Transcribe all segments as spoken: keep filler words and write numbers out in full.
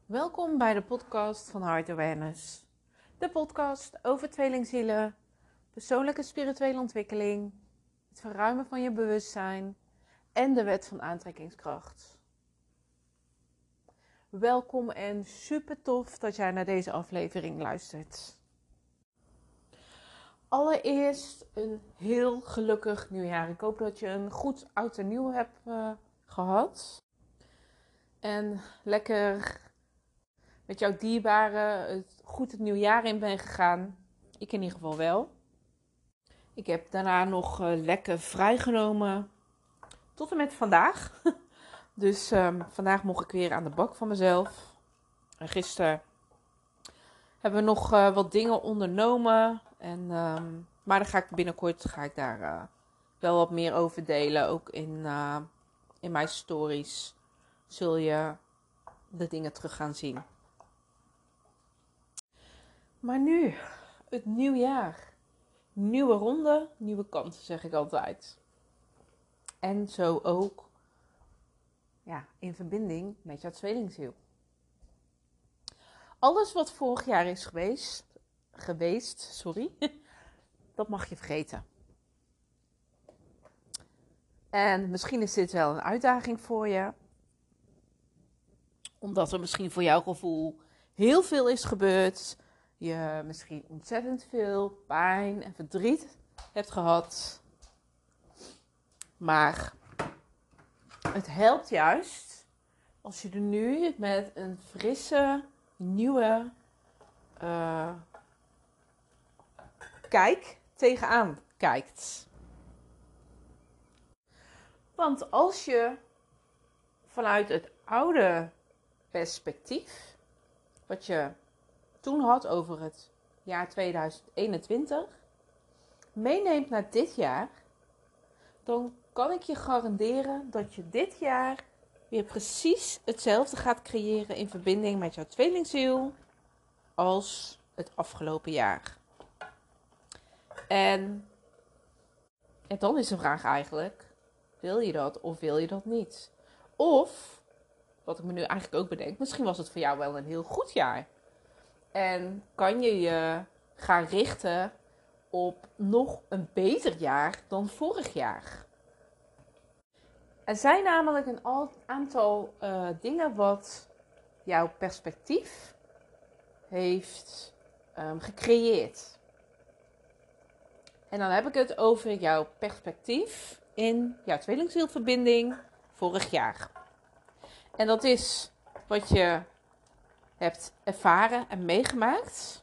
Welkom bij de podcast van Heart Awareness. De podcast over tweelingzielen, persoonlijke spirituele ontwikkeling, het verruimen van je bewustzijn en de wet van aantrekkingskracht. Welkom en super tof dat jij naar deze aflevering luistert. Allereerst een heel gelukkig nieuwjaar. Ik hoop dat je een goed oud en nieuw hebt uh, gehad. En lekker met jouw dierbaren het goed het nieuwjaar in ben gegaan. Ik in ieder geval wel. Ik heb daarna nog uh, lekker vrijgenomen tot en met vandaag. Dus um, vandaag mocht ik weer aan de bak van mezelf. En gisteren hebben we nog uh, wat dingen ondernomen. En, um, maar dan ga ik binnenkort ga ik daar uh, wel wat meer over delen. Ook in, uh, in mijn stories zul je de dingen terug gaan zien. Maar nu, het nieuwjaar. Nieuwe ronde, nieuwe kansen, zeg ik altijd. En zo ook ja, in verbinding met jouw tweelingziel. Alles wat vorig jaar is geweest, geweest, sorry, dat mag je vergeten. En misschien is dit wel een uitdaging voor je. Omdat er misschien voor jouw gevoel heel veel is gebeurd. Je misschien ontzettend veel pijn en verdriet hebt gehad. Maar het helpt juist als je er nu met een frisse, nieuwe uh, kijk tegenaan kijkt. Want als je vanuit het oude perspectief, wat je toen had over het jaar tweeduizend eenentwintig, meeneemt naar dit jaar, dan kan ik je garanderen dat je dit jaar weer precies hetzelfde gaat creëren in verbinding met jouw tweelingziel als het afgelopen jaar. En, en dan is de vraag eigenlijk, wil je dat of wil je dat niet? Of, wat ik me nu eigenlijk ook bedenk, misschien was het voor jou wel een heel goed jaar. En kan je je gaan richten op nog een beter jaar dan vorig jaar. Er zijn namelijk een aantal uh, dingen wat jouw perspectief heeft um, gecreëerd. En dan heb ik het over jouw perspectief in jouw tweelingzielverbinding vorig jaar. En dat is wat je hebt ervaren en meegemaakt.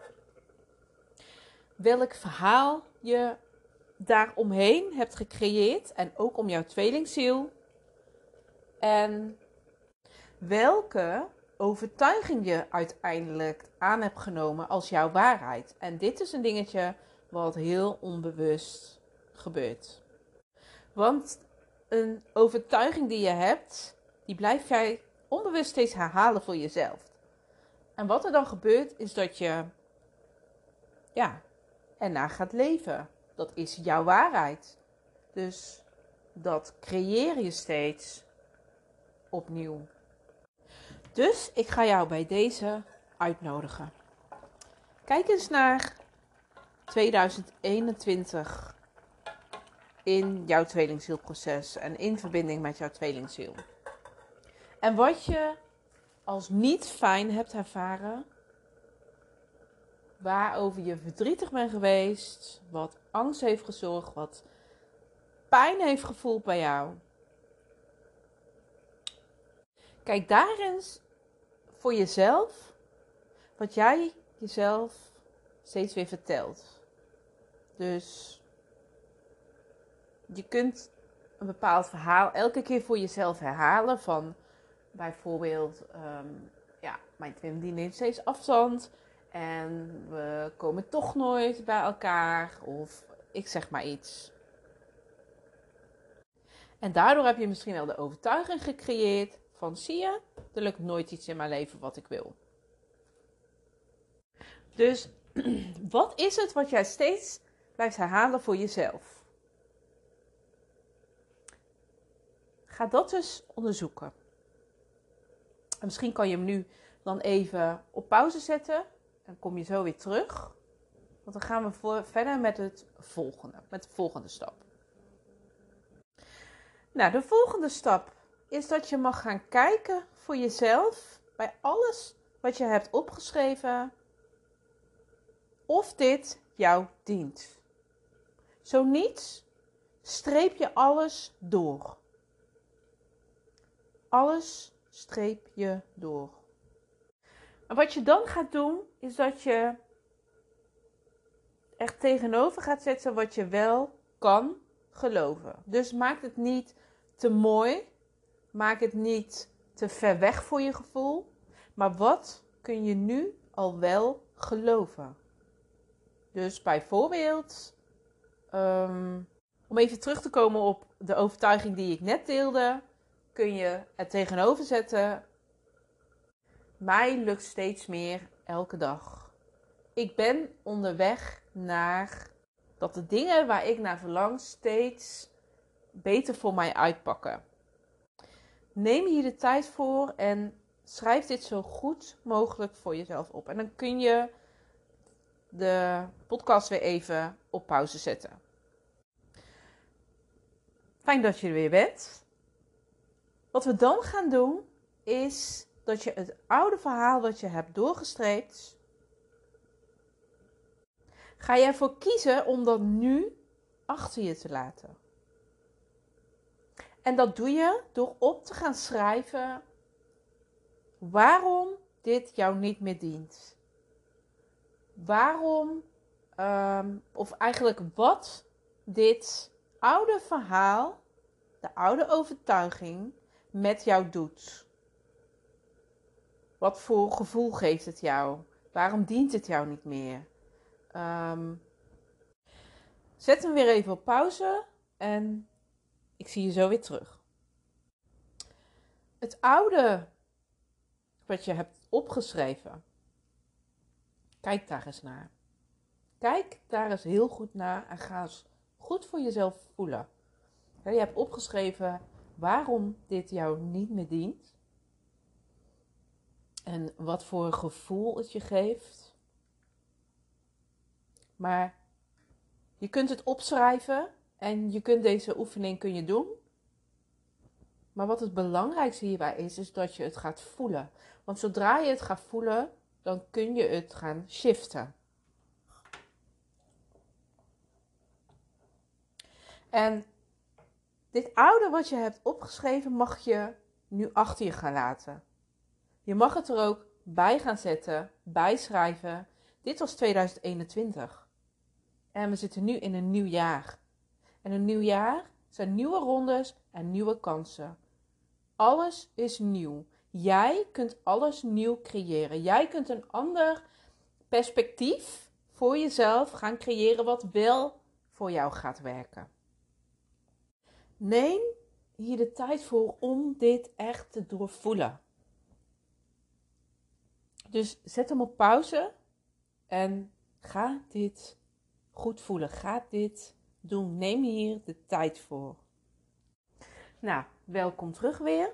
Welk verhaal je daaromheen hebt gecreëerd. En ook om jouw tweelingziel. En welke overtuiging je uiteindelijk aan hebt genomen als jouw waarheid. En dit is een dingetje wat heel onbewust gebeurt. Want een overtuiging die je hebt, die blijf jij onbewust steeds herhalen voor jezelf. En wat er dan gebeurt, is dat je ja, ernaar gaat leven. Dat is jouw waarheid. Dus dat creëer je steeds opnieuw. Dus ik ga jou bij deze uitnodigen. Kijk eens naar tweeduizend eenentwintig in jouw tweelingzielproces en in verbinding met jouw tweelingziel. En wat je als niet fijn hebt ervaren, waarover je verdrietig bent geweest, wat angst heeft gezorgd, wat pijn heeft gevoeld bij jou. Kijk daar eens voor jezelf wat jij jezelf steeds weer vertelt. Dus je kunt een bepaald verhaal elke keer voor jezelf herhalen van bijvoorbeeld, um, ja, mijn twin die neemt steeds afstand en we komen toch nooit bij elkaar of ik zeg maar iets. En daardoor heb je misschien wel de overtuiging gecreëerd van zie je, er lukt nooit iets in mijn leven wat ik wil. Dus wat is het wat jij steeds blijft herhalen voor jezelf? Ga dat dus onderzoeken. En misschien kan je hem nu dan even op pauze zetten. Dan kom je zo weer terug. Want dan gaan we voor, verder met het volgende, met de volgende stap. Nou, de volgende stap is dat je mag gaan kijken voor jezelf bij alles wat je hebt opgeschreven, of dit jou dient. Zo niet, streep je alles door. Alles streep je door. En wat je dan gaat doen, is dat je echt tegenover gaat zetten wat je wel kan geloven. Dus maak het niet te mooi. Maak het niet te ver weg voor je gevoel. Maar wat kun je nu al wel geloven? Dus bijvoorbeeld, um, om even terug te komen op de overtuiging die ik net deelde, kun je het tegenover zetten. Mij lukt steeds meer elke dag. Ik ben onderweg naar dat de dingen waar ik naar verlang steeds beter voor mij uitpakken. Neem hier de tijd voor en schrijf dit zo goed mogelijk voor jezelf op. En dan kun je de podcast weer even op pauze zetten. Fijn dat je er weer bent. Wat we dan gaan doen is dat je het oude verhaal wat je hebt doorgestreept, ga je ervoor kiezen om dat nu achter je te laten. En dat doe je door op te gaan schrijven waarom dit jou niet meer dient. Waarom, um, of eigenlijk wat dit oude verhaal, de oude overtuiging met jou doet. Wat voor gevoel geeft het jou? Waarom dient het jou niet meer? Um, zet hem weer even op pauze en ik zie je zo weer terug. Het oude wat je hebt opgeschreven, kijk daar eens naar. Kijk daar eens heel goed naar en ga eens goed voor jezelf voelen. Je hebt opgeschreven waarom dit jou niet meer dient. En wat voor gevoel het je geeft. Maar je kunt het opschrijven en je kunt deze oefening kun je doen. Maar wat het belangrijkste hierbij is, is dat je het gaat voelen. Want zodra je het gaat voelen, dan kun je het gaan shiften. En dit oude wat je hebt opgeschreven mag je nu achter je gaan laten. Je mag het er ook bij gaan zetten, bijschrijven. Dit was tweeduizend eenentwintig. En we zitten nu in een nieuw jaar. En een nieuw jaar zijn nieuwe rondes en nieuwe kansen. Alles is nieuw. Jij kunt alles nieuw creëren. Jij kunt een ander perspectief voor jezelf gaan creëren wat wel voor jou gaat werken. Neem hier de tijd voor om dit echt te doorvoelen. Dus zet hem op pauze en ga dit goed voelen. Ga dit doen. Neem hier de tijd voor. Nou, welkom terug weer.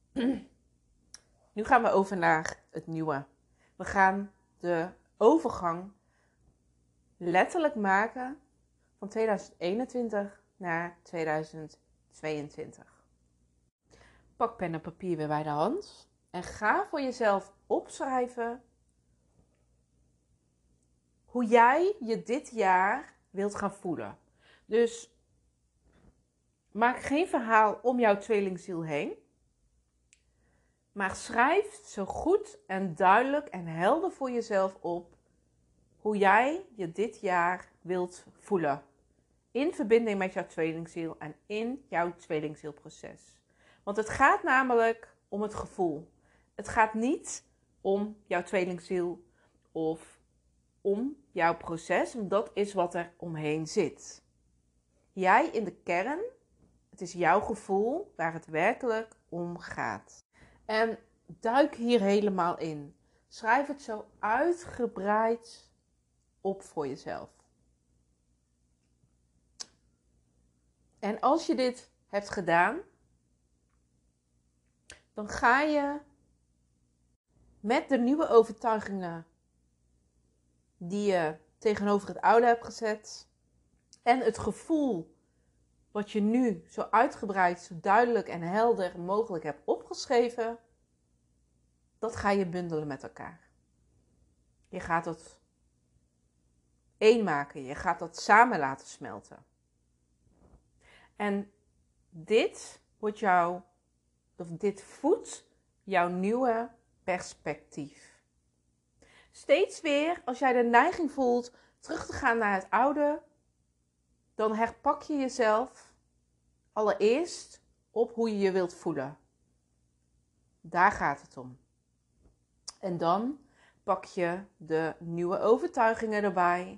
Nu gaan we over naar het nieuwe. We gaan de overgang letterlijk maken van tweeduizend eenentwintig naar tweeduizend tweeëntwintig. Pak pen en papier weer bij de hand en ga voor jezelf opschrijven hoe jij je dit jaar wilt gaan voelen. Dus maak geen verhaal om jouw tweelingziel heen. Maar schrijf zo goed en duidelijk en helder voor jezelf op hoe jij je dit jaar wilt voelen. In verbinding met jouw tweelingziel en in jouw tweelingzielproces. Want het gaat namelijk om het gevoel. Het gaat niet om jouw tweelingziel of om jouw proces. Want dat is wat er omheen zit. Jij in de kern, het is jouw gevoel waar het werkelijk om gaat. En duik hier helemaal in. Schrijf het zo uitgebreid op voor jezelf. En als je dit hebt gedaan, dan ga je met de nieuwe overtuigingen die je tegenover het oude hebt gezet en het gevoel wat je nu zo uitgebreid, zo duidelijk en helder mogelijk hebt opgeschreven, dat ga je bundelen met elkaar. Je gaat het één maken, je gaat dat samen laten smelten. En dit wordt jouw, of dit voedt jouw nieuwe perspectief. Steeds weer, als jij de neiging voelt terug te gaan naar het oude, dan herpak je jezelf allereerst op hoe je je wilt voelen. Daar gaat het om. En dan pak je de nieuwe overtuigingen erbij,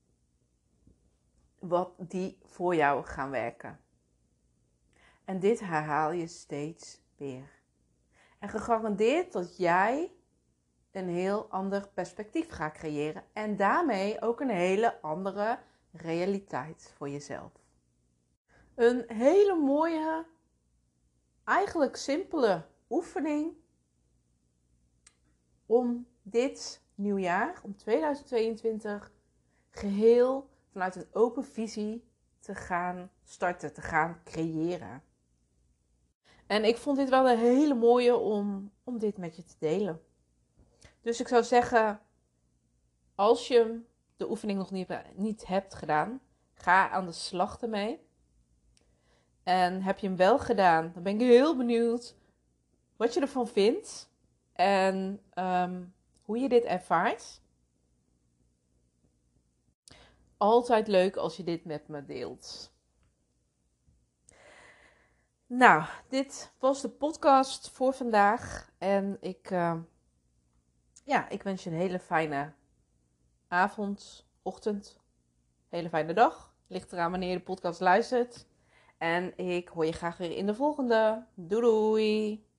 wat die voor jou gaan werken. En dit herhaal je steeds weer. En gegarandeerd dat jij een heel ander perspectief gaat creëren. En daarmee ook een hele andere realiteit voor jezelf. Een hele mooie, eigenlijk simpele oefening om dit nieuwjaar, om tweeduizend tweeëntwintig, geheel vanuit een open visie te gaan starten, te gaan creëren. En ik vond dit wel een hele mooie om, om dit met je te delen. Dus ik zou zeggen, als je de oefening nog niet, niet hebt gedaan, ga aan de slag ermee. En heb je hem wel gedaan, dan ben ik heel benieuwd wat je ervan vindt en um, hoe je dit ervaart. Altijd leuk als je dit met me deelt. Nou, dit was de podcast voor vandaag. En ik, uh, ja, ik wens je een hele fijne avond, ochtend, hele fijne dag. Ligt eraan wanneer je de podcast luistert. En ik hoor je graag weer in de volgende. Doei doei!